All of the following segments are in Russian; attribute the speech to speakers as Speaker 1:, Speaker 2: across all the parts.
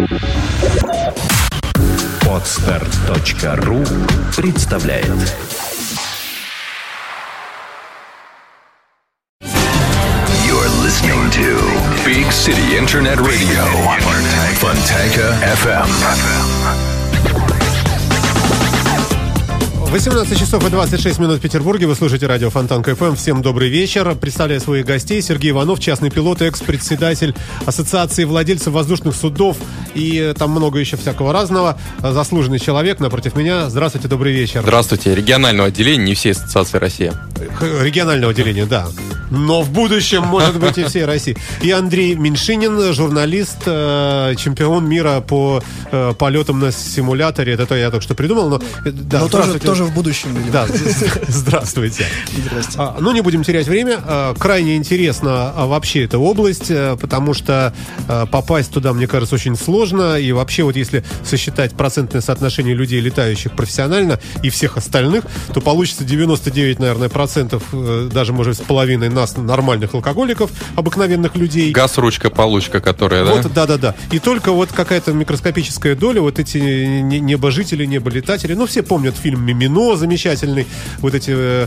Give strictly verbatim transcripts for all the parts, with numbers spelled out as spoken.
Speaker 1: Подстарт точка ру представляет.
Speaker 2: You're listening to Big City Internet Radio, Fontanka эф эм.
Speaker 3: восемнадцать часов и двадцать шесть минут в Петербурге. Вы слушаете радио Фонтанка эф эм. Всем добрый вечер. Представляю своих гостей. Сергей Иванов, частный пилот, экс-председатель Ассоциации владельцев воздушных судов. И там много еще всякого разного. Заслуженный человек напротив меня. Здравствуйте, добрый вечер.
Speaker 4: Здравствуйте. Регионального отделения, не всей Ассоциации России.
Speaker 3: Регионального отделения, да. Но в будущем, может быть, и всей России. И Андрей Меньшинин, журналист, э, чемпион мира по э, полетам на симуляторе. Это то я только что придумал. Но, да,
Speaker 5: но тоже, тоже в будущем, видимо.
Speaker 3: Да, здравствуйте.
Speaker 5: Здравствуйте.
Speaker 3: А, ну, не будем терять время. А, крайне интересна а, вообще эта область, а, потому что а, попасть туда, мне кажется, очень сложно. И вообще, вот если сосчитать процентное соотношение людей, летающих профессионально, и всех остальных, то получится девяносто девять, наверное, процентов, даже, может, с половиной нас, нормальных алкоголиков, обыкновенных людей.
Speaker 4: Газ-ручка-получка, которая,
Speaker 3: вот,
Speaker 4: да?
Speaker 3: Да-да-да. И только вот какая-то микроскопическая доля, вот эти небожители, неболетатели. Ну, все помнят фильм «Мимино» замечательный, вот эти э,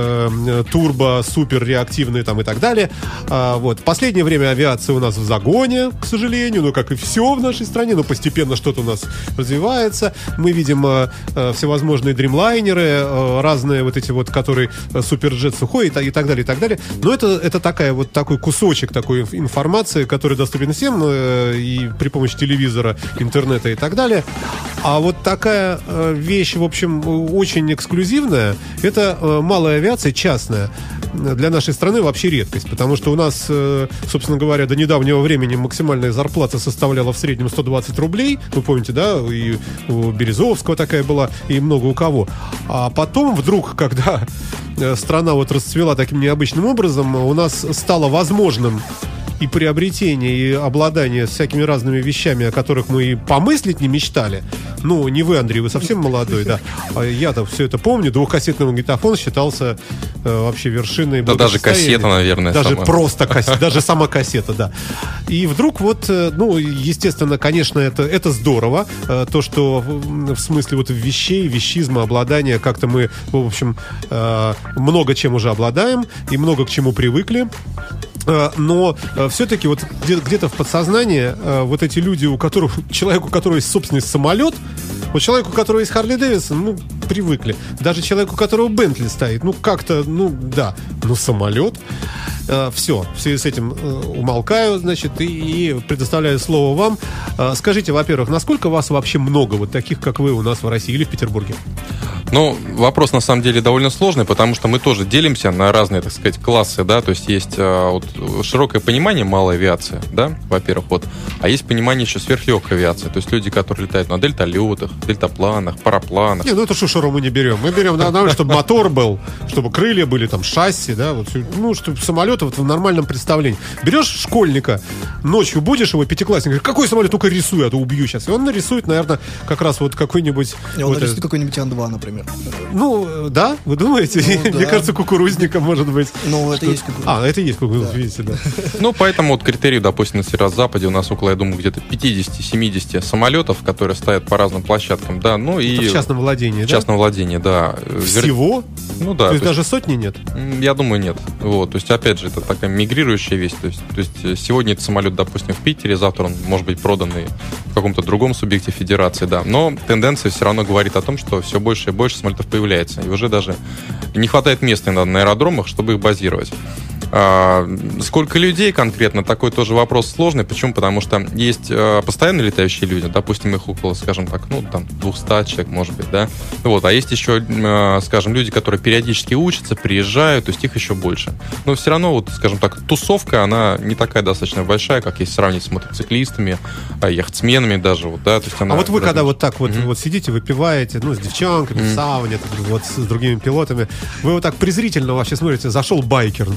Speaker 3: э, турбо-супер-реактивные там и так далее. А, вот. В последнее время авиация у нас в загоне, к сожалению, ну, как и все в нашей стране, но постепенно что-то у нас развивается. Мы видим э, э, всевозможные дримлайнеры, э, разные вот эти вот, которые э, суперджет сухой и, и так далее, и так далее. Но это, это такая, вот такой кусочек такой информации, который доступен всем э, и при помощи телевизора, интернета и так далее. А вот такая э, вещь, в общем, очень эксклюзивная, это э, малая авиация, частная. Для нашей страны вообще редкость, потому что у нас, э, собственно говоря, до недавнего времени максимальная зарплата составляла в среднем сто двадцать рублей. Вы помните, да? И у Березовского такая была, и много у кого. А потом вдруг, когда страна вот расцвела таким необычным образом, у нас стало возможным и приобретение, и обладание всякими разными вещами, о которых мы и помыслить не мечтали. Ну, не вы, Андрей, вы совсем молодой, да. А я-то все это помню. Двухкассетный магнитофон считался э, вообще вершиной
Speaker 4: да даже кассета, наверное.
Speaker 3: Даже
Speaker 4: сама.
Speaker 3: просто кассета, даже сама кассета, да. И вдруг вот, ну, естественно, конечно, это, это здорово. Э, то, что в, в смысле вот вещей, вещизма, обладания, как-то мы, в общем, э, много чем уже обладаем и много к чему привыкли. Но все-таки вот где-то в подсознании вот эти люди, у которых, человеку, у которого есть собственный самолет, вот человеку, у которого есть Харли Дэвидсон, ну, привыкли. Даже человеку, у которого Бентли стоит, ну, как-то, ну, да, ну, самолет. Все, в связи с этим умолкаю, значит, и, и предоставляю слово вам. Скажите, во-первых, насколько вас вообще много вот таких, как вы, у нас в России или в Петербурге?
Speaker 4: Ну, вопрос на самом деле довольно сложный, потому что мы тоже делимся на разные, так сказать, классы, да, то есть есть а, вот, широкое понимание малой авиации, да, во-первых, вот, а есть понимание еще сверхлегкой авиации, то есть люди, которые летают на дельталетах, дельтапланах, парапланах.
Speaker 3: Не, ну это шушеру мы не берем, мы берем, да, чтобы мотор был, чтобы крылья были, там, шасси, да, вот, ну, чтобы самолет вот в нормальном представлении. Берешь школьника, ночью будешь его, пятиклассник, говорит, какой самолет, только рисуй, а то убью сейчас. И он нарисует, наверное, как раз вот какой-нибудь...
Speaker 5: И он
Speaker 3: вот
Speaker 5: нарисует
Speaker 3: это...
Speaker 5: какой-нибудь Ан два, например.
Speaker 3: Ну, да, вы думаете? Ну, да. Мне кажется, кукурузника может быть.
Speaker 5: Ну, это что... есть кукурузник.
Speaker 3: А, это есть кукурузник, да. Видите, да.
Speaker 4: Ну, поэтому вот критерию, допустим, на Северо-Западе у нас около, я думаю, где-то пятьдесят-семьдесят самолетов, которые стоят по разным площадкам, да, ну и...
Speaker 3: Это в частном владении, да?
Speaker 4: В частном владении, да.
Speaker 3: Всего?
Speaker 4: Ну, да.
Speaker 3: То есть то даже есть... сотни нет?
Speaker 4: Я думаю, нет. Вот, то есть, опять же, это такая мигрирующая вещь. То есть, то есть сегодня этот самолет, допустим, в Питере, завтра он может быть продан и в каком-то другом субъекте федерации, да. Но тенденция все равно говорит о том, что все больше и больше самолетов появляется. И уже даже не хватает места на аэродромах, чтобы их базировать. А, сколько людей конкретно, такой тоже вопрос сложный. Почему? Потому что есть а, постоянно летающие люди, допустим, их около, скажем так, ну, там, двести человек, может быть, да. Вот, а есть еще, а, скажем, люди, которые периодически учатся, приезжают, то есть их еще больше. Но все равно, вот, скажем так, тусовка, она не такая достаточно большая, как если сравнить с мотоциклистами, яхтсменами даже, вот, да. То есть она
Speaker 3: а вот вы,
Speaker 4: разная.
Speaker 3: когда вот так вот,
Speaker 4: mm-hmm.
Speaker 3: вот сидите, выпиваете, ну, с девчонками, mm-hmm. в сауне, вот с другими пилотами, вы вот так презрительно вообще смотрите, зашел байкер, он говорит,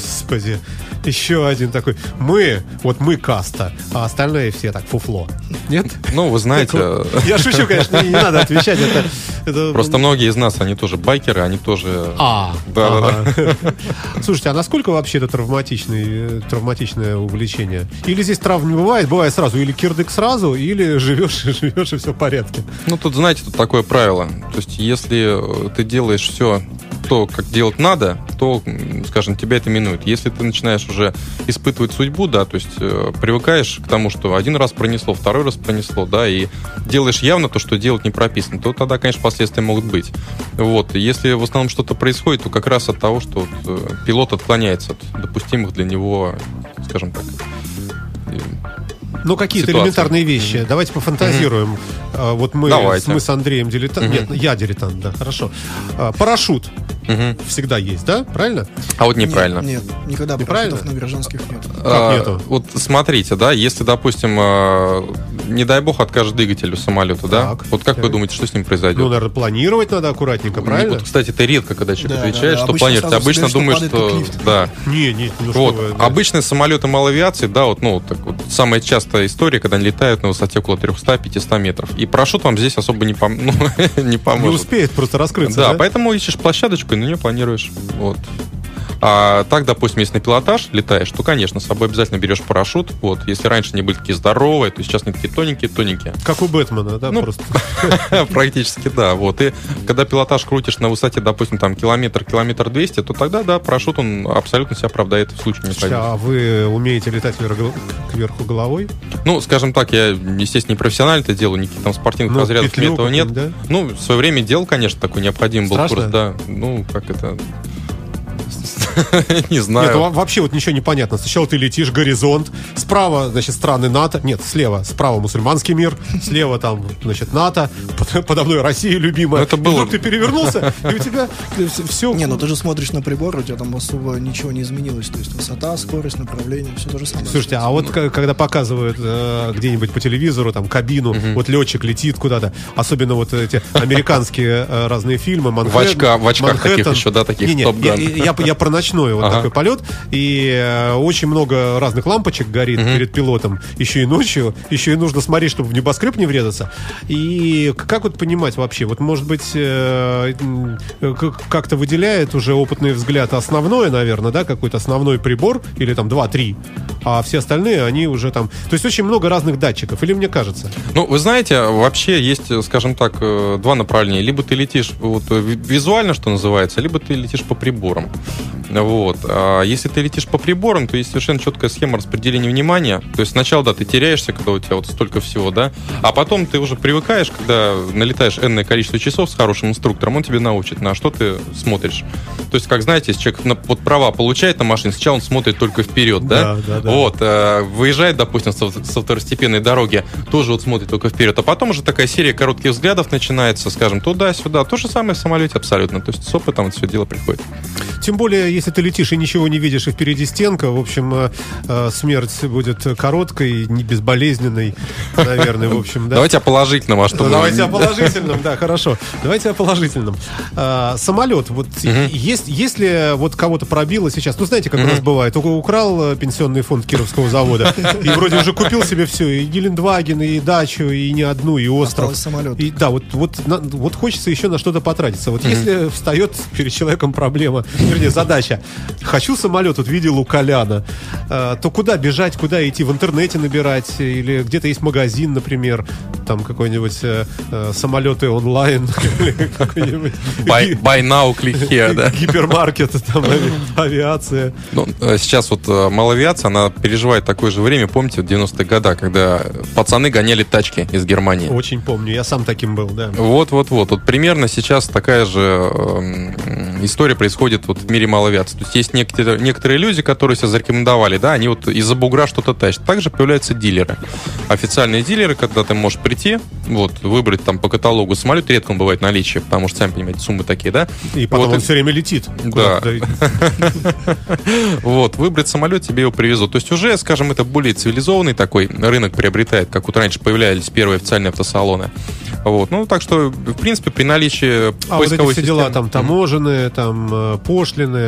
Speaker 3: Господи. Еще один такой. Мы, вот мы каста, а остальные все так фуфло. Нет?
Speaker 4: Ну, вы знаете...
Speaker 3: Я шучу, конечно, не, не надо отвечать. Это, это...
Speaker 4: Просто многие из нас, они тоже байкеры, они тоже...
Speaker 3: А,
Speaker 4: да, ага.
Speaker 3: да. Слушайте, а насколько вообще это травматичный, травматичное увлечение? Или здесь травм не бывает? Бывает сразу. Или кирдык сразу, или живешь, живешь и все в порядке.
Speaker 4: Ну, тут, знаете, тут такое правило. То есть, если ты делаешь все то, как делать надо, то, скажем, тебя это минует. Если ты начинаешь уже испытывать судьбу, да, то есть э, привыкаешь к тому, что один раз пронесло, второй раз пронесло, да, и делаешь явно то, что делать не прописано, то тогда, конечно, последствия могут быть. Вот. И если в основном что-то происходит, то как раз от того, что вот, э, пилот отклоняется от допустимых для него, скажем так,
Speaker 3: Ну, какие-то
Speaker 4: ситуации.
Speaker 3: Элементарные вещи. Mm-hmm. Давайте пофантазируем. Mm-hmm. Вот мы, мы с Андреем дилетант. Mm-hmm. Нет, я дилетант, да, хорошо. Парашют. Угу. Всегда есть, да? Правильно?
Speaker 4: А вот неправильно.
Speaker 5: Нет, нет, никогда парашютов на гражданских нет.
Speaker 3: Как а, нету?
Speaker 4: Вот смотрите, да, если, допустим, не дай бог откажет двигатель у самолета, да?
Speaker 3: Так.
Speaker 4: Вот как так. Вы думаете, что с ним произойдет?
Speaker 3: Ну, наверное, планировать надо аккуратненько, правильно?
Speaker 4: Вот, кстати, это редко, когда человек
Speaker 5: да,
Speaker 4: отвечает,
Speaker 5: да, да.
Speaker 4: что
Speaker 5: Обычно
Speaker 4: планирует. Обычно думаешь, что... что да.
Speaker 3: Не, не, ну
Speaker 4: вот.
Speaker 3: Что вы, да.
Speaker 4: Обычные самолеты малоавиации, да, вот, ну, так вот, самая частая история, когда они летают на высоте около триста-пятьсот метров. И парашют вам здесь особо не, пом... ну, не поможет.
Speaker 3: Не успеет просто раскрыться,
Speaker 4: да?
Speaker 3: Да,
Speaker 4: поэтому ищешь площадочку и на нее планируешь. Вот. А так, допустим, если на пилотаж летаешь, то, конечно, с собой обязательно берешь парашют. Вот. Если раньше они были такие здоровые, то сейчас они такие тоненькие-тоненькие.
Speaker 3: Как у Бэтмена, да,
Speaker 4: ну,
Speaker 3: просто?
Speaker 4: Практически, да. Вот. И когда пилотаж крутишь на высоте, допустим, там километр, километр двести, то тогда, да, парашют, он абсолютно себя оправдает в случае необходимости.
Speaker 3: А вы умеете летать кверху головой?
Speaker 4: Ну, скажем так, я, естественно, не профессионально это делаю, никаких там спортивных
Speaker 3: ну,
Speaker 4: разрядов у меня этого нет.
Speaker 3: Да?
Speaker 4: Ну, в свое время делал, конечно, такой необходимый был курс, да. Ну, как это... Не знаю.
Speaker 3: Нет, вообще вот ничего не понятно. Сначала ты летишь, горизонт, справа, значит, страны НАТО, нет, слева, справа мусульманский мир, слева там, значит, НАТО, подо мной Россия любимая.
Speaker 4: Это было...
Speaker 3: И вдруг ты перевернулся, и у тебя все...
Speaker 5: Не, ну ты же смотришь на прибор, у тебя там особо ничего не изменилось. То есть высота, скорость, направление, все то же самое.
Speaker 3: Слушайте, а вот когда показывают э, где-нибудь по телевизору, там, кабину, uh-huh. вот летчик летит куда-то, особенно вот эти американские э, разные фильмы, Манхэттен,
Speaker 4: в, очка, в очках
Speaker 3: Манхэттен.
Speaker 4: Таких еще, да, таких
Speaker 3: не, не,
Speaker 4: Топ Ган.
Speaker 3: Я, я, я про ночной вот ага. такой полет, и э, очень много разных лампочек горит uh-huh. перед пилотом, еще и ночью, еще и нужно смотреть, чтобы в небоскреб не врезаться. И как вот понимать вообще, вот может быть э, как-то выделяет уже опытный взгляд основное, наверное, да, какой-то основной прибор, или там два-три, а все остальные, они уже там... То есть очень много разных датчиков, или мне кажется?
Speaker 4: Ну, вы знаете, вообще есть, скажем так, два направления. Либо ты летишь вот, визуально, что называется, либо ты летишь по приборам. Вот. А если ты летишь по приборам, то есть совершенно четкая схема распределения внимания. То есть сначала, да, ты теряешься, когда у тебя вот столько всего, да, а потом ты уже привыкаешь, когда налетаешь энное количество часов с хорошим инструктором, он тебе научит, на что ты смотришь. То есть, как знаете, если человек на, вот права получает на машине, сначала он смотрит только вперед, да?
Speaker 3: Да, да, да.
Speaker 4: Вот. А, выезжает, допустим, со, со второстепенной дороги, тоже вот смотрит только вперед. А потом уже такая серия коротких взглядов начинается, скажем, туда-сюда. То же самое в самолете абсолютно. То есть с опытом это все дело приходит.
Speaker 3: Тем более, если ты летишь и ничего не видишь, и впереди стенка, в общем, э, смерть будет короткой, не безболезненной, наверное, в общем, да.
Speaker 4: Давайте о положительном, а что
Speaker 3: Давайте о положительном, да, хорошо. Давайте о положительном. Самолет, вот есть, если вот кого-то пробило сейчас, ну, знаете, как у нас бывает, украл пенсионный фонд Кировского завода, и вроде уже купил себе все, и Гелендваген, и дачу, и не одну, и остров.
Speaker 5: Самолет.
Speaker 3: И, да, вот, вот, на, вот хочется еще на что-то потратиться. Вот если встает перед человеком проблема, вернее, задача, хочу самолет, вот видел у Коляна, э, то куда бежать, куда идти? В интернете набирать? Или где-то есть магазин, например, там какой-нибудь э, э, самолеты онлайн, какой-нибудь
Speaker 4: buy, buy now, click here, да?
Speaker 3: Гипермаркет, там, авиация.
Speaker 4: Ну, сейчас вот малоавиация, она переживает такое же время, помните, в девяностые годы, когда пацаны гоняли тачки из Германии.
Speaker 3: Очень помню, я сам таким был, да.
Speaker 4: Вот-вот-вот. Вот примерно сейчас такая же э, история происходит вот в мире малоавиации. То есть есть некоторые, некоторые люди, которые себя зарекомендовали, да, они вот из-за бугра что-то тащат. Также появляются дилеры. Официальные дилеры, когда ты можешь прийти, вот, выбрать там по каталогу самолет, редко он бывает в наличии, потому что, сами понимаете, суммы такие, да?
Speaker 3: И потом
Speaker 4: вот,
Speaker 3: он все время летит.
Speaker 4: Да. Вот, выбрать самолет, тебе его привезут. То есть уже, скажем, это более цивилизованный такой рынок приобретает, как вот раньше появлялись первые официальные автосалоны. Вот, ну, так что, в принципе, при наличии
Speaker 3: а
Speaker 4: поисковой
Speaker 3: вот эти все
Speaker 4: системы...
Speaker 3: дела, там, таможенные, там, пошлины,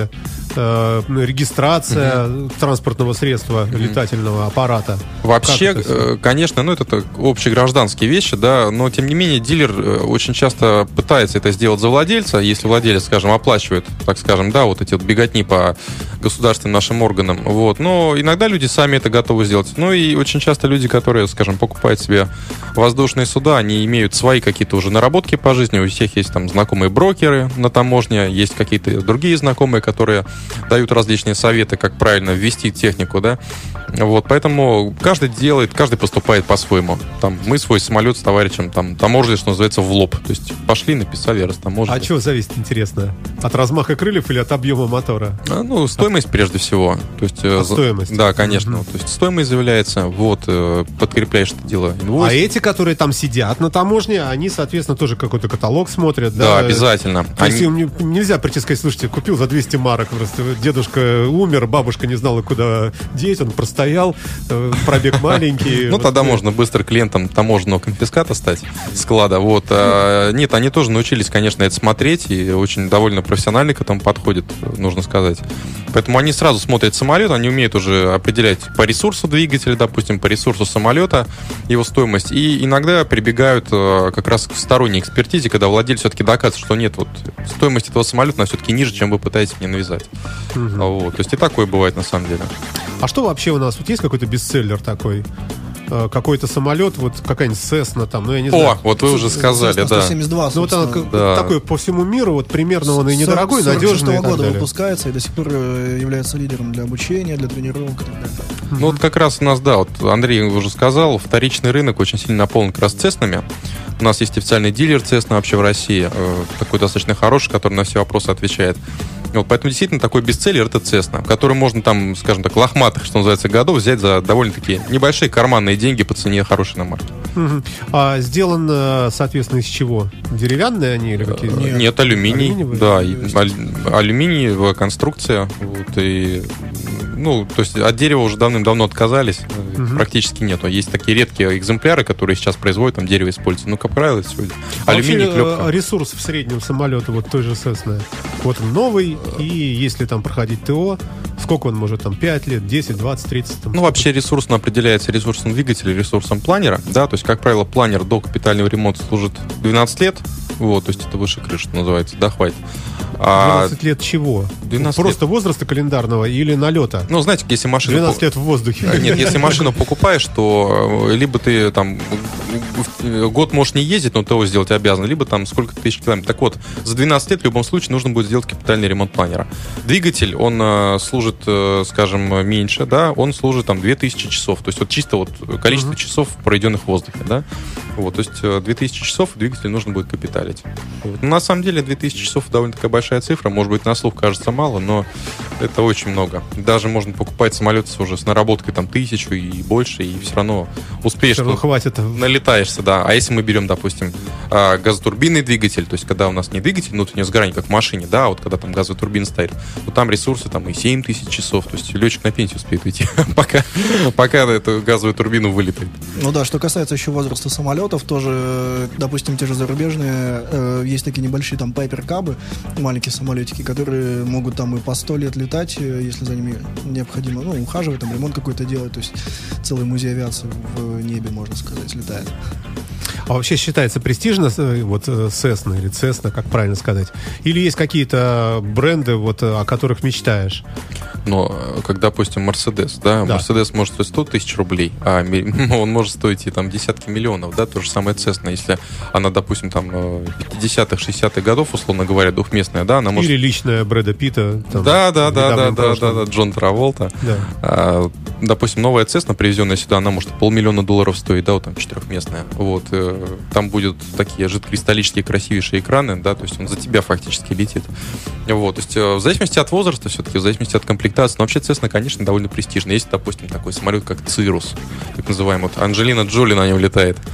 Speaker 3: э, регистрация mm-hmm. транспортного средства, mm-hmm. летательного аппарата.
Speaker 4: Вообще, конечно, ну, это общегражданские вещи, да, но, тем не менее, дилер очень часто пытается это сделать за владельца, если владелец, скажем, оплачивает, так скажем, да, вот эти вот беготни по государственным нашим органам, вот, но иногда люди сами это готовы сделать. Ну, и очень часто люди, которые, скажем, покупают себе воздушные суда, они имеют свои какие-то уже наработки по жизни, у всех есть там знакомые брокеры на таможне, есть какие-то другие знакомые, которые дают различные советы, как правильно ввести технику, да, вот, поэтому каждый делает, каждый поступает по-своему. Там мы свой самолет с товарищем там таможили, что называется, в лоб, то есть пошли, написали, растаможили.
Speaker 3: А что зависит, интересно? От размаха крыльев или от объема мотора?
Speaker 4: А, ну, стоимость от... прежде всего. То есть,
Speaker 3: а стоимость?
Speaker 4: Да, конечно. Mm-hmm. То есть стоимость заявляется, вот, подкрепляешь это дело инвойс.
Speaker 3: А эти, которые там сидят на таможне, они, соответственно, тоже какой-то каталог смотрят, да?
Speaker 4: Да, обязательно.
Speaker 3: То есть они... им нельзя прийти и сказать, слушайте, купил за двести марок, просто дедушка умер, бабушка не знала, куда деть, он простоял, пробег маленький.
Speaker 4: Ну, тогда можно быстро клиентам таможенного конфиската стать, склада, вот. Нет, они тоже научились, конечно, это смотреть, и очень довольно профессионально к этому подходят, нужно сказать. Поэтому они сразу смотрят самолет, они умеют уже определять по ресурсу двигателя, допустим, по ресурсу самолета, его стоимость, и иногда прибегают как раз к сторонней экспертизе, когда владелец все-таки доказывает, что нет, вот стоимость этого самолета, она все-таки ниже, чем вы пытаетесь мне навязать. Угу. Вот. То есть и такое бывает на самом деле.
Speaker 3: А что вообще у нас? Вот есть какой-то бестселлер такой? Какой-то самолет, вот какая-нибудь Cessna там, ну я не знаю.
Speaker 4: О, вот вы уже сказали, да.
Speaker 5: сто семьдесят два,
Speaker 3: ну вот она да. такой по всему миру, вот примерно он и недорогой, надежный. С сорок шестого года
Speaker 5: выпускается и до сих пор является лидером для обучения, для тренировок и так далее.
Speaker 4: Ну вот как раз у нас, да, вот Андрей уже сказал, вторичный рынок очень сильно наполнен как раз Cessna'ми. У нас есть официальный дилер Cessna вообще в России, такой достаточно хороший, который на все вопросы отвечает. Вот, поэтому действительно такой бестселлер — это Cessna, который можно там, скажем так, лохматых, что называется, годов взять за довольно-таки небольшие карманные деньги по цене хорошей иномарки.
Speaker 3: Угу. А сделан, соответственно, из чего? Деревянные они или какие?
Speaker 4: Нет, Нет алюминий. Да, алю- алюминиевая конструкция. Вот, и, ну, то есть от дерева уже давным-давно отказались. Угу. Практически нету. Есть такие редкие экземпляры, которые сейчас производят, там дерево используется. Ну, как правило, это сегодня
Speaker 3: а
Speaker 4: алюминий,
Speaker 3: вообще,
Speaker 4: клепка.
Speaker 3: Ресурс в среднем самолета вот той же Cessna. Вот он новый, и если там проходить ТО, сколько он может, там, пять лет, десять, двадцать, тридцать? Там,
Speaker 4: ну, вообще ресурсно определяется ресурсом двигателя, ресурсом планера, да, то есть, как правило, планер до капитального ремонта служит двенадцать лет, вот, то есть, это выше крыши, что называется, да, хватит.
Speaker 3: двенадцать лет чего?
Speaker 4: двенадцать
Speaker 3: Просто
Speaker 4: лет.
Speaker 3: Возраста календарного или налета?
Speaker 4: Ну, знаете, если машину...
Speaker 3: двенадцать лет в воздухе.
Speaker 4: Нет, если машину покупаешь, то либо ты там год можешь не ездить, но ТО сделать обязан, либо там сколько тысяч километров. Так вот, за двенадцать лет в любом случае нужно будет сделать капитальный ремонт планера. Двигатель, он э, служит, э, скажем, меньше, да, он служит там две тысячи часов. То есть вот чисто вот количество uh-huh. часов, проведенных в воздухе, да. Вот, то есть э, две тысячи часов двигатель нужно будет капиталить. Вот. Но на самом деле две тысячи часов довольно такая большая цифра. Может быть, на слух кажется мало, но это очень много. Даже можно покупать самолет уже с наработкой там тысячу и больше, и все равно успеешь.
Speaker 3: Все равно хватит.
Speaker 4: Налетаешься, да. А если мы берем, допустим, газотурбинный двигатель, то есть когда у нас не двигатель внутреннего сгорания, как в машине, да, а вот когда там газовая турбина стоит, то там ресурсы там и семь тысяч часов. То есть летчик на пенсию успеет уйти, пока, пока эту газовую турбину вылетает.
Speaker 5: Ну да, что касается еще возраста самолетов, тоже, допустим, те же зарубежные, э, есть такие небольшие там пайпер-кабы, маленькие самолетики, которые могут там и по сто лет летать, если за ними необходимо, ну, ухаживать, там ремонт какой-то делать, то есть целый музей авиации в небе, можно сказать, летает.
Speaker 3: А вообще считается престижно вот Cessna или Cessna, как правильно сказать? Или есть какие-то бренды, вот, о которых мечтаешь?
Speaker 4: Но, как, допустим, Mercedes, да, да. Mercedes может стоить сто тысяч рублей, а он может стоить и там десятки миллионов, да, то же самое Cessna, если она, допустим, там пятидесятых, шестидесятых годов, условно говоря, двухместная, да, она может...
Speaker 3: Или личная Брэда Питта.
Speaker 4: Там, да, да, да, да, да, да, да, Джон Траволта.
Speaker 3: Да.
Speaker 4: А, допустим, новая Cessna, привезенная сюда, она может полмиллиона долларов стоить, да, вот там четырехместная, вот, там будут такие жидкокристаллические красивейшие экраны, да, то есть он за тебя фактически летит. Вот, то есть в зависимости от возраста все-таки, в зависимости от комплектации, но вообще Cessna, конечно, довольно престижно. Есть, допустим, такой самолет, как Cirrus, так называемый. Вот Анджелина Джоли на нем летает.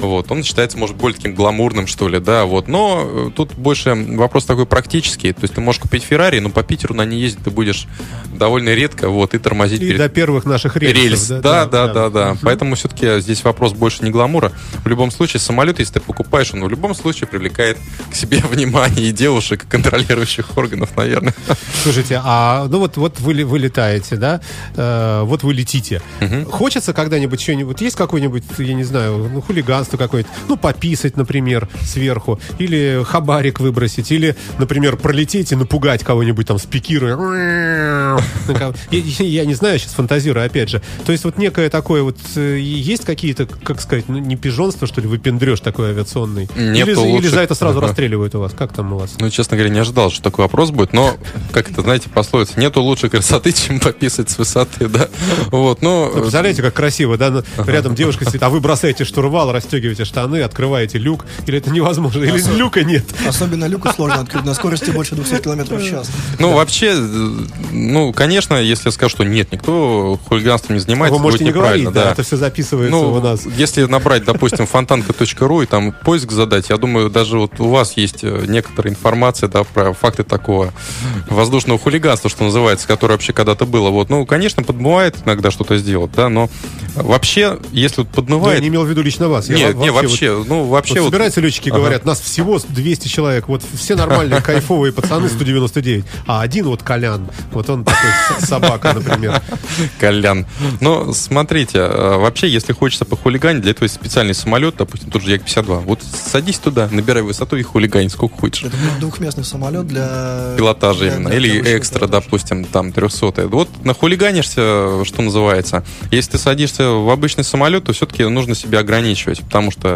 Speaker 4: Вот, он считается, может, более таким гламурным, что ли, да, вот. Но тут больше вопрос такой практический. То есть ты можешь купить Феррари, но по Питеру на ней ездить ты будешь довольно редко, вот, и тормозить
Speaker 3: И
Speaker 4: перед...
Speaker 3: до первых наших рельсов.
Speaker 4: Рельс, да, да, да, да, да.
Speaker 3: Угу.
Speaker 4: Поэтому все-таки здесь вопрос больше не гламура. В любом случае, самолет, если ты покупаешь, он в любом случае привлекает к себе внимание и девушек, и контролирующих органов, наверное.
Speaker 3: Слушайте, а ну вот, вот вы, вы летаете, да? Э, вот вы летите.
Speaker 4: Угу.
Speaker 3: Хочется когда-нибудь что-нибудь, есть какой-нибудь, я не знаю, ну, хулиганство какое-то, ну, пописать, например, сверху, или хабарик выбросить, или, например, пролететь и напугать кого-нибудь там, спикируя. Я, я не знаю, сейчас фантазирую, опять же. То есть вот некое такое вот, есть какие-то, как сказать, ну, не пижонство, что ли, выпендрёж такой авиационный?
Speaker 4: Нету
Speaker 3: или,
Speaker 4: лучше...
Speaker 3: или за это сразу
Speaker 4: ага.
Speaker 3: расстреливают у вас? Как там у вас?
Speaker 4: Ну, честно говоря, не ожидал, что такой вопрос будет, но, как это, знаете, пословица, нету лучшей красоты, чем пописать с высоты, да? Вот, ну...
Speaker 3: Ну, представляете, как красиво, да? Рядом девушка сидит, а вы бросаете штурвал, расстегиваете штаны, открываете люк, или это невозможно, или
Speaker 5: Особ...
Speaker 3: люка нет?
Speaker 5: Особенно люку сложно открыть на скорости больше двухсот километров в час.
Speaker 4: Ну, да. Вообще, ну, конечно, если я скажу, что нет, никто хулиганством не занимается,
Speaker 3: вы можете
Speaker 4: будет
Speaker 3: не говорить,
Speaker 4: неправильно,
Speaker 3: да, это все записывается
Speaker 4: ну,
Speaker 3: у нас.
Speaker 4: Если набрать, допустим, фонтанка точка ру и там поиск задать, я думаю, даже вот у вас есть некоторая информация, да, про факты такого воздушного хулиганства, что называется, которое вообще когда-то было. Вот, ну, конечно, подмывает иногда что-то сделать, да, но вообще, если вот подмывает...
Speaker 3: Да, я не имел в виду лично вас. Я
Speaker 4: нет,
Speaker 3: вообще,
Speaker 4: не, вообще,
Speaker 3: вот,
Speaker 4: ну, вообще...
Speaker 3: Вот
Speaker 4: вот...
Speaker 3: собираются летчики, ага. говорят, нас всего двести человек, вот все нормальные, кайфовые пацаны, сто девяносто девять, а один вот Колян, вот он такой собака, например.
Speaker 4: Колян. Но смотрите, вообще, если хочется похулиганить, для этого есть специальный самолет, допустим, тот же Як пятьдесят два. Вот садись туда, набирай высоту и хулигань, сколько хочешь.
Speaker 5: Это двухместный самолет для...
Speaker 4: Пилотажа
Speaker 5: для,
Speaker 4: именно.
Speaker 5: для,
Speaker 4: Или
Speaker 5: для
Speaker 4: экстра, допустим, там, трехсотый. Вот нахулиганишься, что называется. Если ты садишься в обычный самолет, то все-таки нужно себя ограничивать, потому что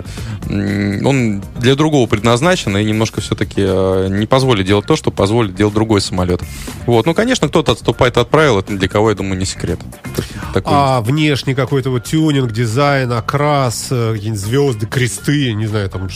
Speaker 4: он для другого предназначен и немножко все-таки не позволит делать то, что позволит делать другой самолет. Вот. Ну, конечно, кто-то отступает от правил, это для кого, я думаю, не секрет. Такой
Speaker 3: а есть. Внешний какой-то вот тюнинг, дизайн, окрас, какие-нибудь звезды, кресты, не знаю, там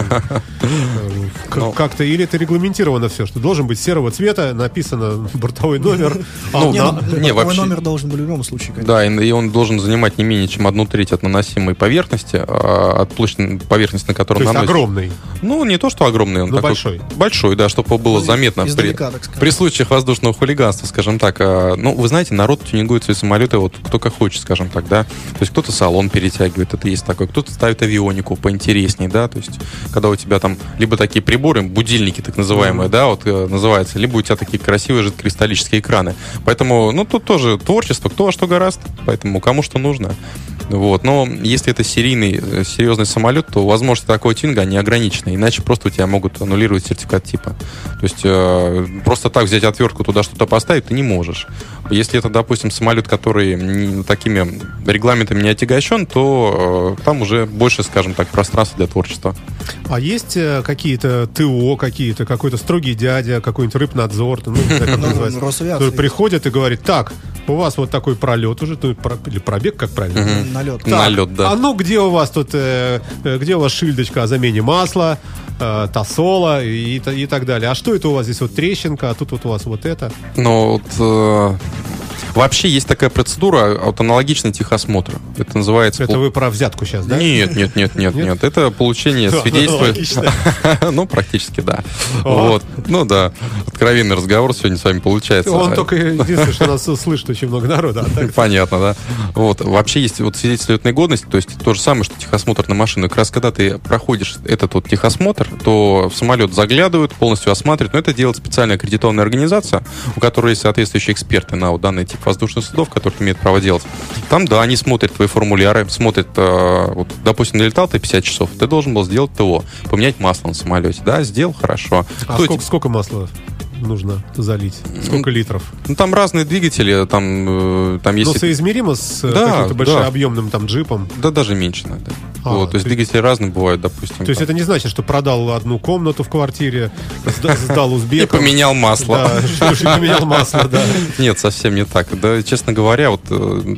Speaker 3: как-то, или это регламентировано все, что должен быть серого цвета, написано бортовой номер.
Speaker 5: Бортовой номер должен быть в любом случае.
Speaker 4: Да, и он должен занимать не менее чем одну треть от наносимой поверхности, от площади поверхности, на которой наносится.
Speaker 3: То есть огромный?
Speaker 4: Ну, не то, что огромный, он
Speaker 3: такой
Speaker 4: большой. Большой, да, чтобы было заметно при, при случаях воздушного хулиганства, скажем так. Ну, вы знаете, народ тюнингует свои самолеты вот кто как хочет, скажем так, да. То есть кто-то салон перетягивает, это есть такое, кто-то ставит авионику поинтереснее, да, то есть когда у тебя там либо такие приборы, будильники так называемые, mm-hmm. да, вот называется, либо у тебя такие красивые жидкокристаллические экраны. Поэтому, ну, тут тоже творчество, кто во что гораст, поэтому кому что нужно. Вот. Но если это серийный, серьезный самолет, то возможности такого тюнинга не ограничены. Иначе просто у тебя могут аннулировать сертификат типа. То есть э, просто так взять отвертку, туда что-то поставить ты не можешь. Если это, допустим, самолет, который не, такими регламентами не отягощен, то э, там уже больше, скажем так, пространства для творчества.
Speaker 3: А есть э, какие-то ТО, какие-то, какой-то строгий дядя, какой-нибудь рыбнадзор, ну, не знаю, как называется, который приходит и говорит, так, у вас вот такой пролет уже, или пробег, как правильно?
Speaker 5: Налет.
Speaker 3: Так,
Speaker 4: Налет, да.
Speaker 3: А ну где у вас тут, э, где у вас шильдочка о замене масла, э, тосола и, и так далее? А что это у вас здесь вот трещинка, а тут вот у вас вот это?
Speaker 4: Ну, вот... Э... Вообще есть такая процедура, вот аналогичная техосмотру. Это называется...
Speaker 3: Это вы про взятку сейчас, да?
Speaker 4: Нет, нет, нет, нет, нет. Это получение свидетельства. Ну, практически, да. Вот. Ну, да. Откровенный разговор сегодня с вами получается.
Speaker 3: Он только единственное, что нас слышит очень много народа.
Speaker 4: Понятно, да. Вот. Вообще есть вот свидетельство летной годности, то есть то же самое, что техосмотр на машину. Как раз когда ты проходишь этот вот техосмотр, то в самолет заглядывают, полностью осматривают. Но это делает специальная аккредитованная организация, у которой есть соответствующие эксперты на вот данный тип воздушных судов, которые имеют право делать. Там, да, они смотрят твои формуляры, смотрят, э, вот, допустим, налетал ты пятьдесят часов, ты должен был сделать ТО, поменять масло на самолете. Да, сделал, хорошо.
Speaker 3: А сколько, эти... сколько масла нужно залить? Сколько литров?
Speaker 4: Ну, там разные двигатели, там, э, там есть...
Speaker 3: Но соизмеримо с
Speaker 4: да,
Speaker 3: каким-то большообъемным
Speaker 4: да.
Speaker 3: там джипом?
Speaker 4: Да, даже меньше надо.
Speaker 3: А,
Speaker 4: вот, то есть двигатели разные бывают, допустим.
Speaker 3: То есть
Speaker 4: там.
Speaker 3: это не значит, что продал одну комнату в квартире, сдал узбекам.
Speaker 4: И поменял масло.
Speaker 3: Да, что поменял масло, да.
Speaker 4: Нет, совсем не так. Да, честно говоря, вот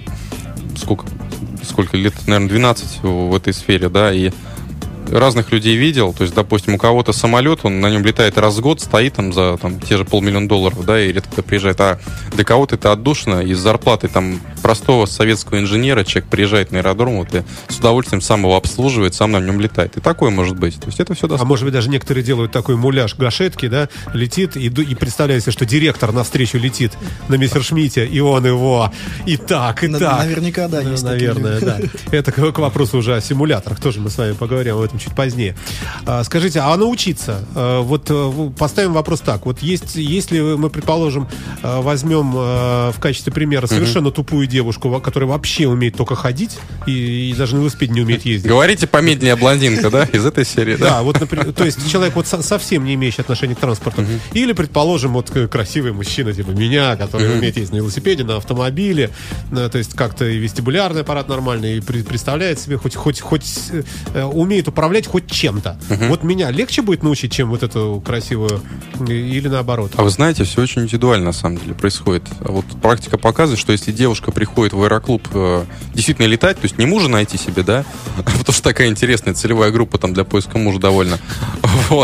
Speaker 4: сколько, сколько лет, наверное, двенадцать в этой сфере, да, и разных людей видел, то есть, допустим, у кого-то самолет, он на нем летает раз в год, стоит там за там, те же полмиллиона долларов, да, и редко приезжает, а для кого-то это отдушина, и с зарплатой там простого советского инженера, человек приезжает на аэродром, вот, и с удовольствием сам его обслуживает, сам на нем летает. И такое может быть. То есть это все доступно.
Speaker 3: А может быть, даже некоторые делают такой муляж гашетки, да, летит, и, и представляет себе, что директор навстречу летит на мессершмитте, и он его и так, и
Speaker 5: На-
Speaker 3: так.
Speaker 5: наверняка, да,
Speaker 3: Ну,
Speaker 5: есть такие
Speaker 3: наверное, да. Это к, к вопросу уже о симуляторах. Тоже мы с вами поговорим об этом чуть позднее. А, скажите, а научиться? А, вот а, поставим вопрос так. Вот есть, если мы, предположим, а, возьмем а, в качестве примера совершенно тупую девушку, во- которая вообще умеет только ходить и, и даже на велосипеде не умеет ездить.
Speaker 4: Говорите помедленнее, блондинка, да, из этой серии, да?
Speaker 3: Да, вот, например, то есть человек вот со- совсем не имеющий отношения к транспорту. Или, предположим, вот к- красивый мужчина, типа меня, который умеет ездить на велосипеде, на автомобиле, э, то есть как-то и вестибулярный аппарат нормальный, и при- представляет себе, хоть, хоть, хоть э, умеет управлять хоть чем-то. Вот меня легче будет научить, чем вот эту красивую, э, или наоборот?
Speaker 4: А вы знаете, все очень индивидуально на самом деле происходит. Вот практика показывает, что если девушка приходит в аэроклуб э, действительно летать, то есть не мужа найти себе, да, потому что такая интересная целевая группа там для поиска мужа довольно, вот,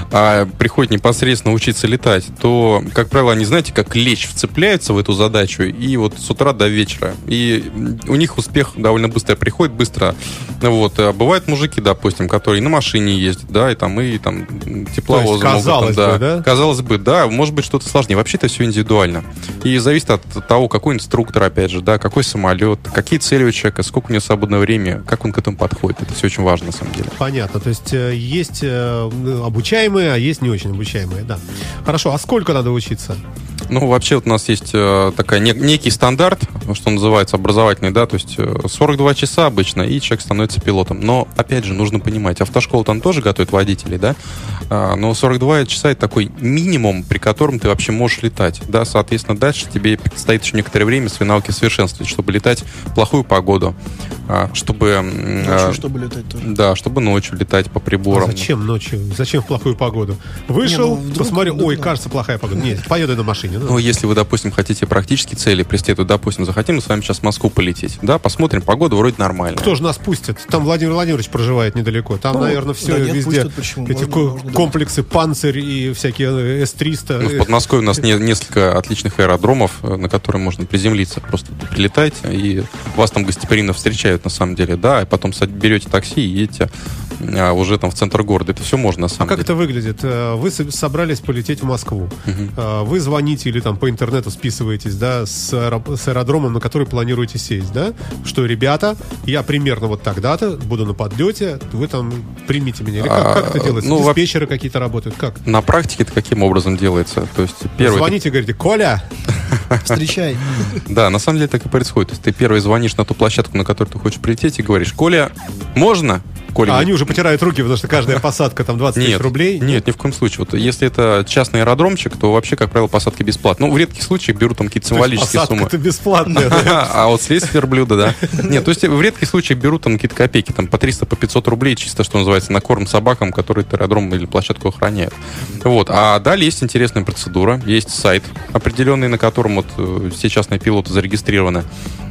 Speaker 4: а приходит непосредственно учиться летать, то, как правило, они, знаете, как лечь вцепляются в эту задачу, и вот с утра до вечера. И у них успех довольно быстро приходит, быстро. Вот. А бывают мужики, допустим, которые на машине ездят, да, и там, и там тепловозы
Speaker 3: То есть,
Speaker 4: могут,
Speaker 3: казалось
Speaker 4: там,
Speaker 3: бы, да?
Speaker 4: Казалось бы, да, может быть, что-то сложнее. Вообще это все индивидуально. И зависит от того, какой инструктор, опять же, да, какой самолет, какие цели у человека, сколько у него свободного времени, как он к этому подходит. Это все очень важно, на самом деле.
Speaker 3: Понятно, то есть э, есть э, обучаемые, а есть не очень обучаемые, да. Хорошо, а сколько надо учиться?
Speaker 4: Ну, вообще вот у нас есть э, такая не- некий стандарт, что называется, образовательный, да, то есть э, сорок два часа обычно, и человек становится пилотом. Но, опять же, нужно понимать, автошкола там тоже готовит водителей, да, а, но сорок два часа это такой минимум, при котором ты вообще можешь летать, да, соответственно, дальше тебе предстоит еще некоторое время свои навыки совершенствовать, чтобы летать в плохую погоду, а, чтобы... м,
Speaker 5: Ночью,
Speaker 4: а,
Speaker 5: чтобы летать тоже.
Speaker 4: Да, чтобы ночью летать по
Speaker 3: А
Speaker 4: приборам.
Speaker 3: зачем ночью? Зачем в плохую погоду? Вышел,
Speaker 5: Не, ну, вдруг,
Speaker 3: посмотрел,
Speaker 5: вдруг,
Speaker 3: ой,
Speaker 5: да.
Speaker 3: кажется, плохая погода. Нет, поеду на машине. Ну,
Speaker 4: Ну, если вы, допустим, хотите практические цели преследовать, допустим, захотим мы с вами сейчас в Москву полететь, да, посмотрим, погода вроде нормальная.
Speaker 3: кто же нас пустит? Там Владимир Владимирович проживает недалеко. Там,
Speaker 5: Ну,
Speaker 3: наверное, все
Speaker 5: да нет,
Speaker 3: везде.
Speaker 5: пустят, почему?
Speaker 3: Эти
Speaker 5: Можно-
Speaker 3: ко-
Speaker 5: можно, да.
Speaker 3: комплексы «Панцирь» и всякие эс триста.
Speaker 4: Ну, в Подмосковье у нас не- несколько отличных аэродромов, э, на которые можно приземлиться. Просто прилетайте, и вас там гостеприимно встречают, на самом деле, да, и потом са- берете такси и едете а, уже там в центр города. Это все можно, на
Speaker 3: А
Speaker 4: самом
Speaker 3: как
Speaker 4: деле.
Speaker 3: это выглядит? Э, Вы со- собрались полететь в Москву. Э, Вы звоните или там по интернету списываетесь, да, с, аэро- с аэродромом, на который планируете сесть, да? Что, ребята, я примерно вот тогда-то буду на подлете, вы там примите меня. Или как,
Speaker 4: А,
Speaker 3: как это делается?
Speaker 4: ну, во-
Speaker 3: Диспетчеры какие-то работают? Как?
Speaker 4: На практике это каким образом делается? То есть первый...
Speaker 3: Звоните, говорите, Коля,
Speaker 5: Встречай.
Speaker 4: Да, на самом деле так и происходит. То есть ты первый звонишь на ту площадку, на которую ты хочешь прилететь, и говоришь: Коля, можно? Коля,
Speaker 3: а
Speaker 4: не-
Speaker 3: они уже потирают руки, потому что каждая посадка там двадцать тысяч
Speaker 4: Нет,
Speaker 3: рублей.
Speaker 4: нет, ни в коем случае. Вот если это частный аэродромчик, то вообще, как правило, посадки бесплатны. Ну, в редких случаях берут там какие-то символические суммы.
Speaker 3: Посадка-то бесплатная. да?
Speaker 4: А вот слезть с верблюда, да. Нет, то есть в редких случаях берут там какие-то копейки, там по триста, по пятьсот рублей, чисто, что называется, на корм собакам, которые аэродром или площадку охраняют. Вот. А далее есть интересная процедура, есть сайт определенный, на котором вот э, все частные пилоты зарегистрированы.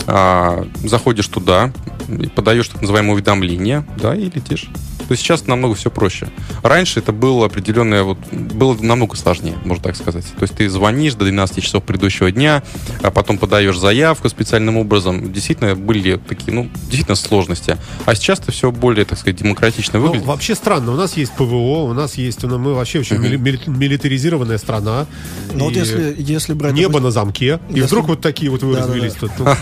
Speaker 4: А, заходишь туда, и подаешь так называемое уведомление, да, и летишь. То есть сейчас намного все проще. Раньше это было определенное, вот, было намного сложнее, можно так сказать. То есть ты звонишь до двенадцати часов предыдущего дня, а потом подаешь заявку специальным образом. Действительно были такие, ну, действительно сложности. А сейчас это все более, так сказать, демократично
Speaker 3: Ну,
Speaker 4: выглядит.
Speaker 3: вообще странно. У нас есть ПВО, у нас есть, ну, мы вообще очень мили- мили- милитаризированная страна.
Speaker 5: Но вот
Speaker 3: И
Speaker 5: если, если брать...
Speaker 3: небо
Speaker 5: допустим,
Speaker 3: на замке. И
Speaker 5: если-
Speaker 3: вдруг вот такие вот вы
Speaker 5: Да-да-да.
Speaker 3: развелись тут. Ну,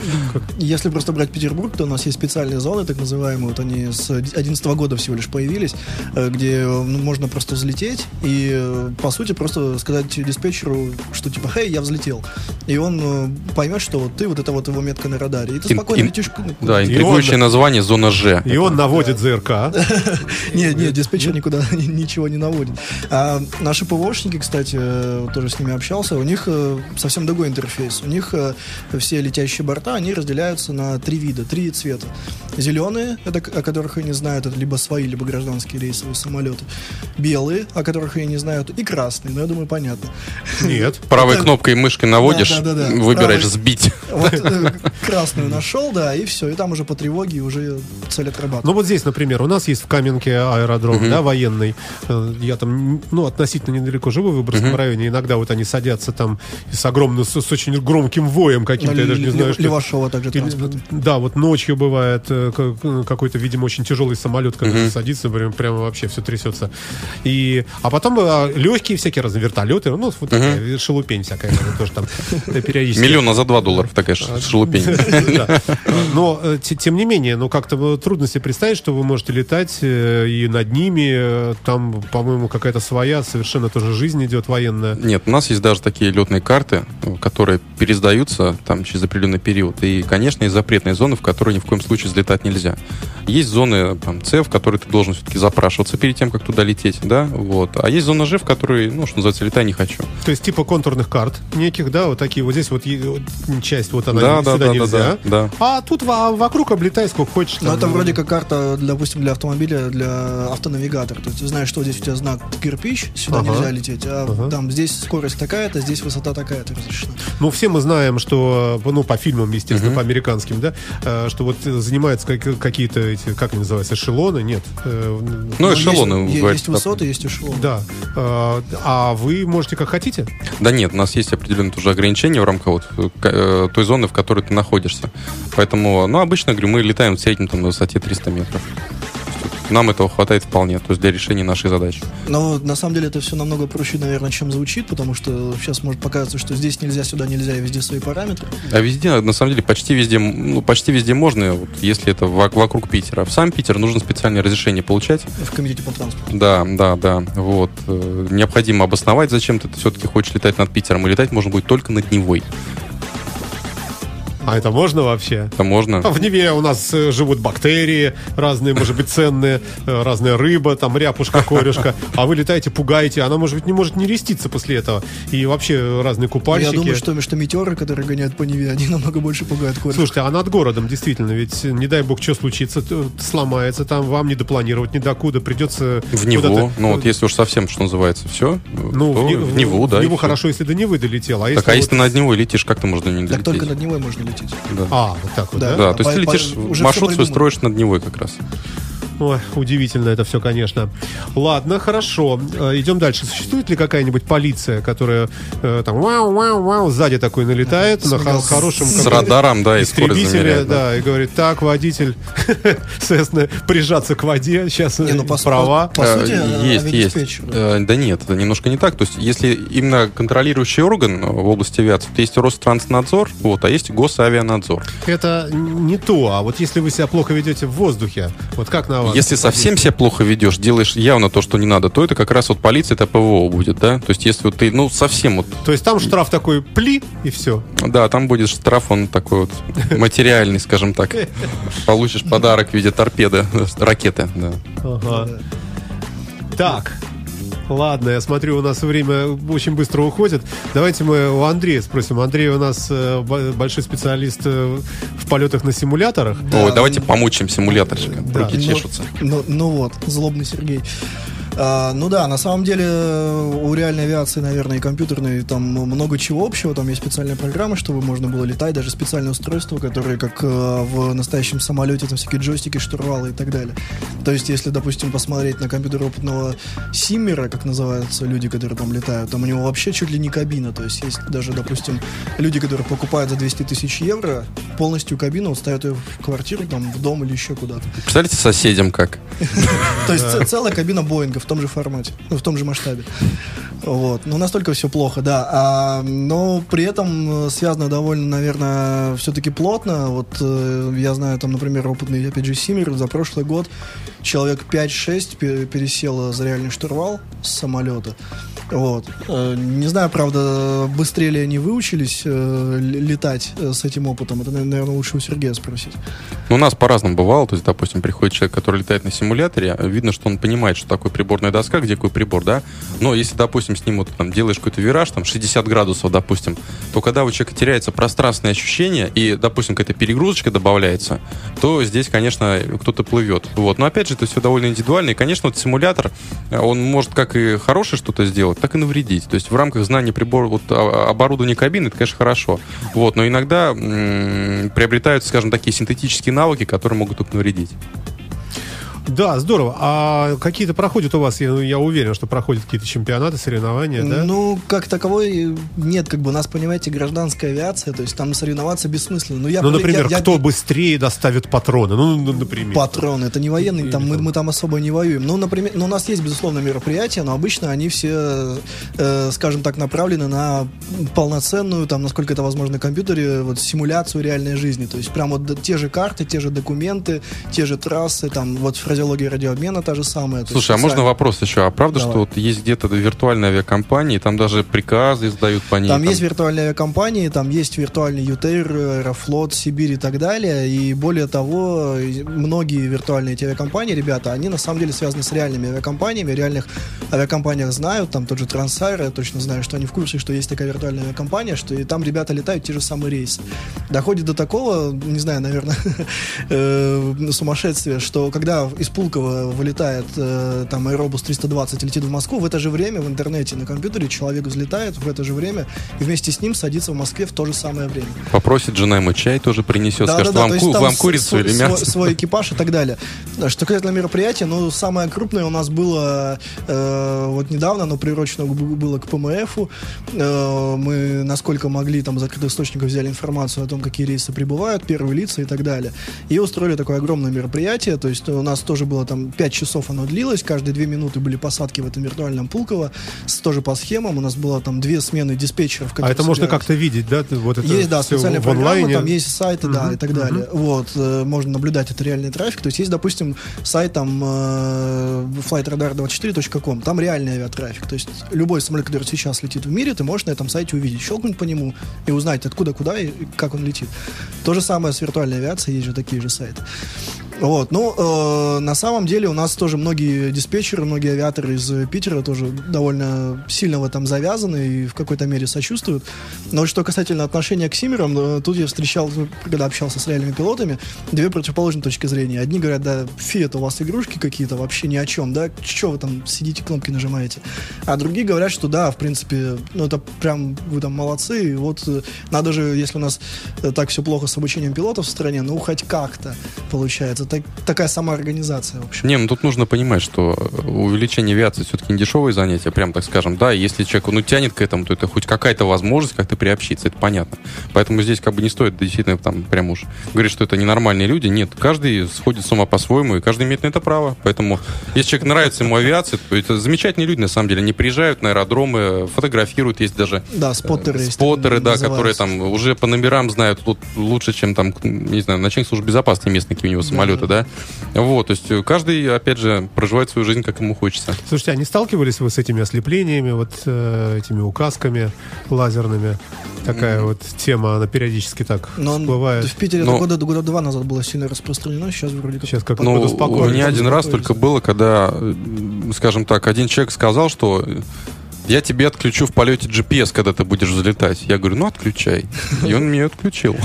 Speaker 5: Если просто брать Петербург, то у нас есть специальные зоны, так называемые, вот они с две тысячи одиннадцатого года всего лишь появились, э, где ну, можно просто взлететь и, э, по сути, просто сказать диспетчеру, что типа, хей, я взлетел. И он э, поймет, что вот ты, вот это вот его метка на радаре. И ты
Speaker 4: Ин-
Speaker 5: спокойно
Speaker 4: ин-
Speaker 5: летишь. к-
Speaker 4: Да,
Speaker 3: И
Speaker 4: интригующее
Speaker 3: он-
Speaker 4: название «Зона Ж».
Speaker 3: И он наводит ЗРК.
Speaker 5: Нет, нет, диспетчер никуда ни- ничего не наводит. А наши ПВОшники, кстати, э, тоже с ними общался, у них э, совсем другой интерфейс. У них э, все летящие борта, они разделяются на три вида, три цвета. Зеленые, это, к- о которых они знают, это либо свои, либо гражданские рейсовые самолеты. Белые, о которых я не знаю, и красные, но я думаю, понятно.
Speaker 3: Нет.
Speaker 4: Правой кнопкой мышкой наводишь,
Speaker 5: Да, да, да, да.
Speaker 4: выбираешь
Speaker 5: Правой.
Speaker 4: сбить.
Speaker 5: Вот э, красную нашел, да, и все, и там уже по тревоге уже цель отрабатывает.
Speaker 3: Ну вот здесь, например, у нас есть в Каменке аэродром, uh-huh. да, военный. Я там, ну, относительно недалеко живу в Выборгском uh-huh. районе. Иногда вот они садятся там с огромным, с, с очень громким воем каким-то, я даже не знаю, что...
Speaker 5: Левашова также транспорт.
Speaker 3: Да, вот ночью бывает какой-то, видимо, очень тяжелый самолет, когда uh-huh. садится, прям, прямо вообще все трясется. И... А потом легкие всякие разные вертолеты, ну, вот такая uh-huh. шелупень всякая, тоже там периодически.
Speaker 4: Миллиона за два доллара такая шелупень.
Speaker 3: Но, тем не менее, ну, как-то трудно себе представить, что вы можете летать и над ними, там, по-моему, какая-то своя, совершенно тоже жизнь идет военная.
Speaker 4: Нет, у нас есть даже такие летные карты, которые пересдаются там через определенный период. И, конечно, есть запретные зоны, в которые ни в коем случае взлетать нельзя. Есть зоны там, С, в которые ты должен все-таки запрашиваться перед тем, как туда лететь, да, вот. А есть зона Ж, в которой, ну, что называется, летай не хочу.
Speaker 3: То есть типа контурных карт неких, да, вот такие вот здесь вот часть вот она
Speaker 4: да,
Speaker 3: сюда
Speaker 4: да,
Speaker 3: нельзя,
Speaker 4: да, да, да.
Speaker 3: А тут вокруг облетай сколько хочешь.
Speaker 5: Но это вроде как карта, допустим, для автомобиля, для автонавигатора. То есть ты знаешь, что здесь у тебя знак кирпич, сюда ага. нельзя лететь, а ага. там здесь скорость такая-то, здесь высота такая-то разрешена.
Speaker 3: Ну, все мы знаем, что, ну, по фильмам, естественно, uh-huh. по американским, да, что вот занимаются какие-то эти, как они называются, эшелоны, нет?
Speaker 4: Ну, эшелоны.
Speaker 5: Есть, есть высоты, есть эшелоны.
Speaker 3: Да. А вы можете как хотите?
Speaker 4: Да нет, у нас есть определенные тоже ограничения в рамках вот той зоны, в которой ты находишься. Поэтому, ну, обычно, говорю, мы летаем в среднем там на высоте триста метров. Нам этого хватает вполне, то есть для решения нашей задачи.
Speaker 5: Но на самом деле это все намного проще, наверное, чем звучит, потому что сейчас может показаться, что здесь нельзя, сюда нельзя, и везде свои параметры.
Speaker 4: А везде, на самом деле, почти везде, ну, почти везде можно, вот, если это вокруг Питера. В сам Питер нужно специальное разрешение получать.
Speaker 5: В комитете по транспорту.
Speaker 4: Да, да, да. Вот. Необходимо обосновать, зачем ты все-таки хочешь летать над Питером, и летать можно будет только над Невой.
Speaker 3: А это можно вообще?
Speaker 4: Это можно.
Speaker 3: А в Неве у нас э, живут бактерии разные, может быть, ценные, э, разная рыба, там ряпушка, корешка. А вы летаете, пугаете, она, может быть, не может не реститься после этого. И вообще разные купальщики.
Speaker 5: Я думаю, что, что метеоры, которые гоняют по Неве, они намного больше пугают корешек.
Speaker 3: Слушайте, а над городом, действительно, ведь, не дай бог, что случится, сломается там, вам не допланировать ни докуда, придется...
Speaker 4: В Неву, ну вот если уж совсем, что называется, все,
Speaker 3: ну, в,
Speaker 4: в Неву, да.
Speaker 3: В Неву хорошо, если до Невы долетел. А
Speaker 4: так,
Speaker 3: если
Speaker 4: а
Speaker 3: вот...
Speaker 4: если над Невой летишь, как ты можешь до нее долететь?
Speaker 5: Так только над Невой можно лететь.
Speaker 4: Да.
Speaker 3: А, вот так вот, да?
Speaker 4: Да, да, то есть
Speaker 5: по,
Speaker 4: ты летишь,
Speaker 5: по,
Speaker 4: маршрут свой строишь над Невой как раз.
Speaker 3: Ой, удивительно это все, конечно. Ладно, хорошо. Идем дальше. Существует ли какая-нибудь полиция, которая э, там вау-вау-вау сзади такой налетает на х- хорошем...
Speaker 4: С радаром, да, и скорость замеряет.
Speaker 3: Да, да, и говорит, так, водитель, соответственно, прижаться к воде, сейчас не, ну, по, права.
Speaker 5: По, по сути,
Speaker 4: есть, есть. Да нет, это немножко не так. То есть, если именно контролирующий орган в области авиации, то есть Ространснадзор, вот, а есть Госавианадзор.
Speaker 3: Это не то, а вот если вы себя плохо ведете в воздухе, вот как на вас?
Speaker 4: Если совсем себя плохо ведешь, делаешь явно то, что не надо, то это как раз вот полиция, это ПВО будет, да? То есть, если вот ты, ну, совсем вот...
Speaker 3: То есть, там штраф такой пли, и все?
Speaker 4: Да, там будет штраф, он такой вот материальный, скажем так. Получишь подарок в виде торпеды, ракеты, да.
Speaker 3: Ага. Так... Ладно, я смотрю, у нас время очень быстро уходит. Давайте мы у Андрея спросим. Андрей у нас э, большой специалист э, в полетах на симуляторах.
Speaker 4: Да. Ой, давайте помучим симуляторщика. Да. Руки
Speaker 5: ну,
Speaker 4: чешутся.
Speaker 5: Ну, ну вот, злобный Сергей. А, ну да, на самом деле у реальной авиации, наверное, и компьютерной там много чего общего. Там есть специальные программы, чтобы можно было летать, даже специальные устройства, которые как э, в настоящем самолете, там всякие джойстики, штурвалы и так далее. То есть, если, допустим, посмотреть на компьютер опытного симмера, как называются люди, которые там летают, там у него вообще чуть ли не кабина. То есть, есть даже, допустим, люди, которые покупают за двести тысяч евро полностью кабину, вот ставят ее в квартиру, там, в дом или еще куда-то.
Speaker 4: Представляете соседям как?
Speaker 5: То есть, целая кабина Боинга в том же формате, ну, в том же масштабе. Вот. Ну, настолько все плохо, да. А, но при этом связано довольно, наверное, все-таки плотно. Вот э, я знаю, там, например, опытный, опять же, симмер за прошлый год человек пять-шесть пересело за реальный штурвал с самолета. Вот. Не знаю, правда, быстрее ли они выучились летать с этим опытом. Это, наверное, лучше у Сергея спросить.
Speaker 4: Ну, у нас по-разному бывало. То есть, допустим, приходит человек, который летает на симуляторе, видно, что он понимает, что такое приборная доска, где какой прибор, да. Но если, допустим, с ним вот, там, делаешь какой-то вираж, там, шестьдесят градусов, допустим, то когда у человека теряется пространственное ощущение и, допустим, какая-то перегрузочка добавляется, то здесь, конечно, кто-то плывет. Вот. Но, опять же, это все довольно индивидуально. И, конечно, вот симулятор, он может как и хорошее что-то сделать, так и навредить. То есть в рамках знания прибора, вот, оборудования кабины, это, конечно, хорошо. Вот. Но иногда м- приобретаются, скажем, такие синтетические навыки, которые могут только навредить.
Speaker 3: Да, здорово. А какие-то проходят у вас, я, я уверен, что проходят какие-то чемпионаты, соревнования, да?
Speaker 5: Ну, как таковой нет, как бы у нас, понимаете, гражданская авиация, то есть там соревноваться бессмысленно. Ну, я,
Speaker 3: ну например,
Speaker 5: я,
Speaker 3: кто
Speaker 5: я...
Speaker 3: быстрее доставит патроны? Ну, например.
Speaker 5: Патроны, это не военные, там, мы, мы там особо не воюем. Ну, например, ну, у нас есть, безусловно, мероприятия, но обычно они все, э, скажем так, направлены на полноценную, там, насколько это возможно, на компьютере, вот, симуляцию реальной жизни. То есть прям вот те же карты, те же документы, те же трассы, там, вот фразеология радиообмена та же самая.
Speaker 4: Слушай, а можно вопрос еще? А правда,
Speaker 5: Давай.
Speaker 4: что вот есть где-то виртуальные авиакомпании, там даже приказы издают по ней?
Speaker 5: Там,
Speaker 4: там
Speaker 5: есть виртуальные авиакомпании, там есть виртуальный ЮТЭЙР, Аэрофлот, Сибирь и так далее. И более того, многие виртуальные эти авиакомпании, ребята, они на самом деле связаны с реальными авиакомпаниями. В реальных авиакомпаниях знают, там тот же Трансайр, я точно знаю, что они в курсе, что есть такая виртуальная авиакомпания, что и там ребята летают те же самые рейсы. Доходит до такого, не знаю, наверное, сумасшествия, что когда из Пулково вылетает э, там Аэробус триста двадцать и летит в Москву, в это же время в интернете на компьютере человек взлетает в это же время и вместе с ним садится в Москве в то же самое время.
Speaker 4: Попросит жена ему чай, тоже принесет,
Speaker 5: да,
Speaker 4: скажет,
Speaker 5: да, да,
Speaker 4: вам, ку- вам курицу
Speaker 5: свой,
Speaker 4: или мясо.
Speaker 5: Свой, свой экипаж и так далее. Что касательно мероприятия, ну, самое крупное у нас было э, вот недавно, оно приурочено было к ПМФу. Э, мы, насколько могли, там, из закрытых источников взяли информацию о том, какие рейсы прибывают, первые лица и так далее. И устроили такое огромное мероприятие, то есть у нас тоже было там пять часов оно длилось, каждые две минуты были посадки в этом виртуальном Пулково, с, тоже по схемам, у нас было там две смены диспетчеров.
Speaker 3: А это можно как-то видеть, да? Вот это
Speaker 5: есть, да, специальная
Speaker 3: в
Speaker 5: программа,
Speaker 3: онлайне.
Speaker 5: Там есть сайты, uh-huh, да, и так uh-huh. далее. Вот, э, можно наблюдать это реальный трафик, то есть есть, допустим, сайт там э, флайт радар двадцать четыре точка ком, там реальный авиатрафик, то есть любой самолет, который сейчас летит в мире, ты можешь на этом сайте увидеть, щелкнуть по нему и узнать, откуда, куда и как он летит. То же самое с виртуальной авиацией, есть же такие же сайты. Вот, ну, э, на самом деле у нас тоже многие диспетчеры, многие авиаторы из Питера тоже довольно сильно в этом завязаны и в какой-то мере сочувствуют. Но вот что касательно отношения к симмерам, э, тут я встречал, когда общался с реальными пилотами, две противоположные точки зрения. Одни говорят, да, фи, это у вас игрушки какие-то, вообще ни о чем, да, что вы там сидите, кнопки нажимаете. А другие говорят, что да, в принципе, ну, это прям, вы там молодцы, и вот э, надо же, если у нас э, так все плохо с обучением пилотов в стране, ну, хоть как-то получается. Так, такая самоорганизация, в общем.
Speaker 4: Не, ну тут нужно понимать, что увеличение авиации все-таки не дешевое занятие, прям так скажем, да, если человек, ну, тянет к этому, то это хоть какая-то возможность как-то приобщиться, это понятно. Поэтому здесь как бы не стоит действительно там прям уж говорить, что это ненормальные люди, нет, каждый сходит с ума по-своему, и каждый имеет на это право, поэтому если человек нравится ему авиация, то это замечательные люди, на самом деле, они приезжают на аэродромы, фотографируют, есть даже
Speaker 5: да, споттеры,
Speaker 4: э, споттеры, да, которые там уже по номерам знают тут лучше, чем там, не знаю, начальник службы безопасности местные, какие у него самолеты. Да. Вот, то есть каждый, опять же, проживает свою жизнь, как ему хочется.
Speaker 3: Слушайте, а не сталкивались вы с этими ослеплениями, вот э, этими указками лазерными? Такая mm-hmm. вот тема, она периодически так Но всплывает.
Speaker 5: В Питере Но... года, года два назад было сильно распространено, сейчас вроде как...
Speaker 3: Сейчас как-то
Speaker 4: ну,
Speaker 3: спокойно.
Speaker 4: У меня один раз только было, когда, скажем так, один человек сказал, что я тебе отключу в полете джи пи эс, когда ты будешь взлетать. Я говорю, ну отключай. И он мне отключил.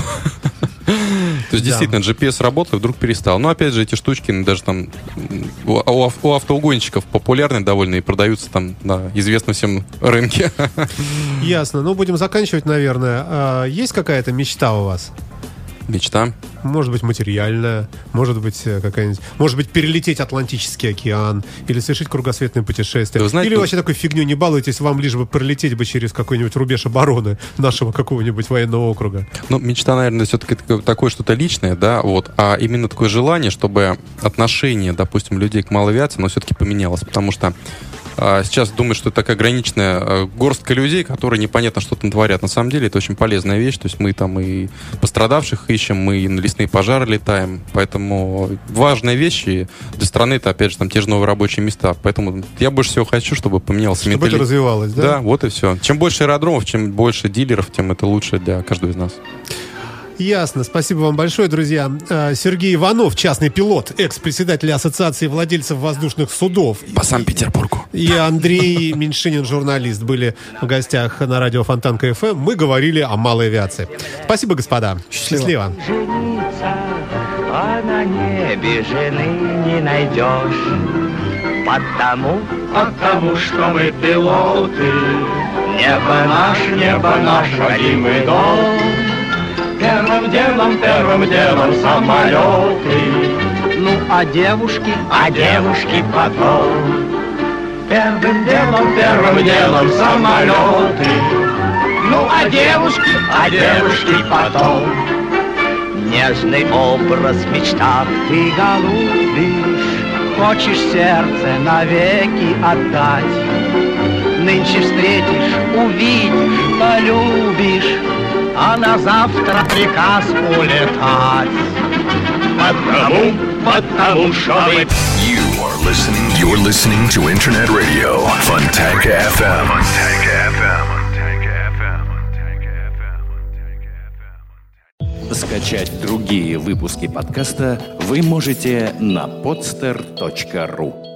Speaker 4: То есть, действительно, джи пи эс работал, и вдруг перестал. Но, опять же, эти штучки даже там у, у автоугонщиков популярны довольно и продаются там на известном всем рынке.
Speaker 3: Ясно. Ну, будем заканчивать, наверное. А есть какая-то мечта у вас?
Speaker 4: Мечта?
Speaker 3: Может быть, материальная, может быть, какая-нибудь... Может быть, перелететь Атлантический океан или совершить кругосветное путешествие.
Speaker 4: Знаете,
Speaker 3: или
Speaker 4: тут...
Speaker 3: вообще такой фигню не балуйтесь, вам лишь бы пролететь бы через какой-нибудь рубеж обороны нашего какого-нибудь военного округа.
Speaker 4: Ну, мечта, наверное, все-таки такое что-то личное, да, вот, а именно такое желание, чтобы отношение, допустим, людей к малой авиации, оно все-таки поменялось, потому что а, сейчас думают, что это такая ограниченная горстка людей, которые непонятно что там творят. На самом деле это очень полезная вещь. То есть мы там и пострадавших ищем, мы и на лесные пожары летаем. Поэтому важные вещи для страны это, опять же, там те же новые рабочие места. Поэтому я больше всего хочу, чтобы поменялся
Speaker 3: чтобы
Speaker 4: менталитет.
Speaker 3: это развивалось, да?
Speaker 4: Да, вот и все. Чем больше аэродромов, чем больше дилеров, тем это лучше для каждого из нас.
Speaker 3: Ясно. Спасибо вам большое, друзья. Сергей Иванов, частный пилот, экс-председатель Ассоциации владельцев воздушных судов.
Speaker 4: По Санкт-Петербургу.
Speaker 3: И Андрей Меньшинин, журналист, были в гостях на радио Фонтанка эф эм. Мы говорили о малой авиации. Спасибо, господа. Счастливо.
Speaker 6: Жениться, а на небе жены не найдешь. Потому, потому что мы пилоты. Небо наш, небо наш, родимый дом. Первым делом, первым делом самолеты. Ну, а девушки, а девушки потом. Первым делом, первым делом самолеты. Ну, а девушки, а девушки потом. Нежный образ в мечтах ты голубишь. Хочешь сердце навеки отдать. Нынче встретишь, увидишь, полюбишь. А на завтра приказ улетать. Потому, потому что вы...
Speaker 2: You are listening, you're listening to Internet Radio, Fontanka эф эм. Fontanka эф эм.
Speaker 1: Скачать другие выпуски подкаста вы можете на podster точка ру.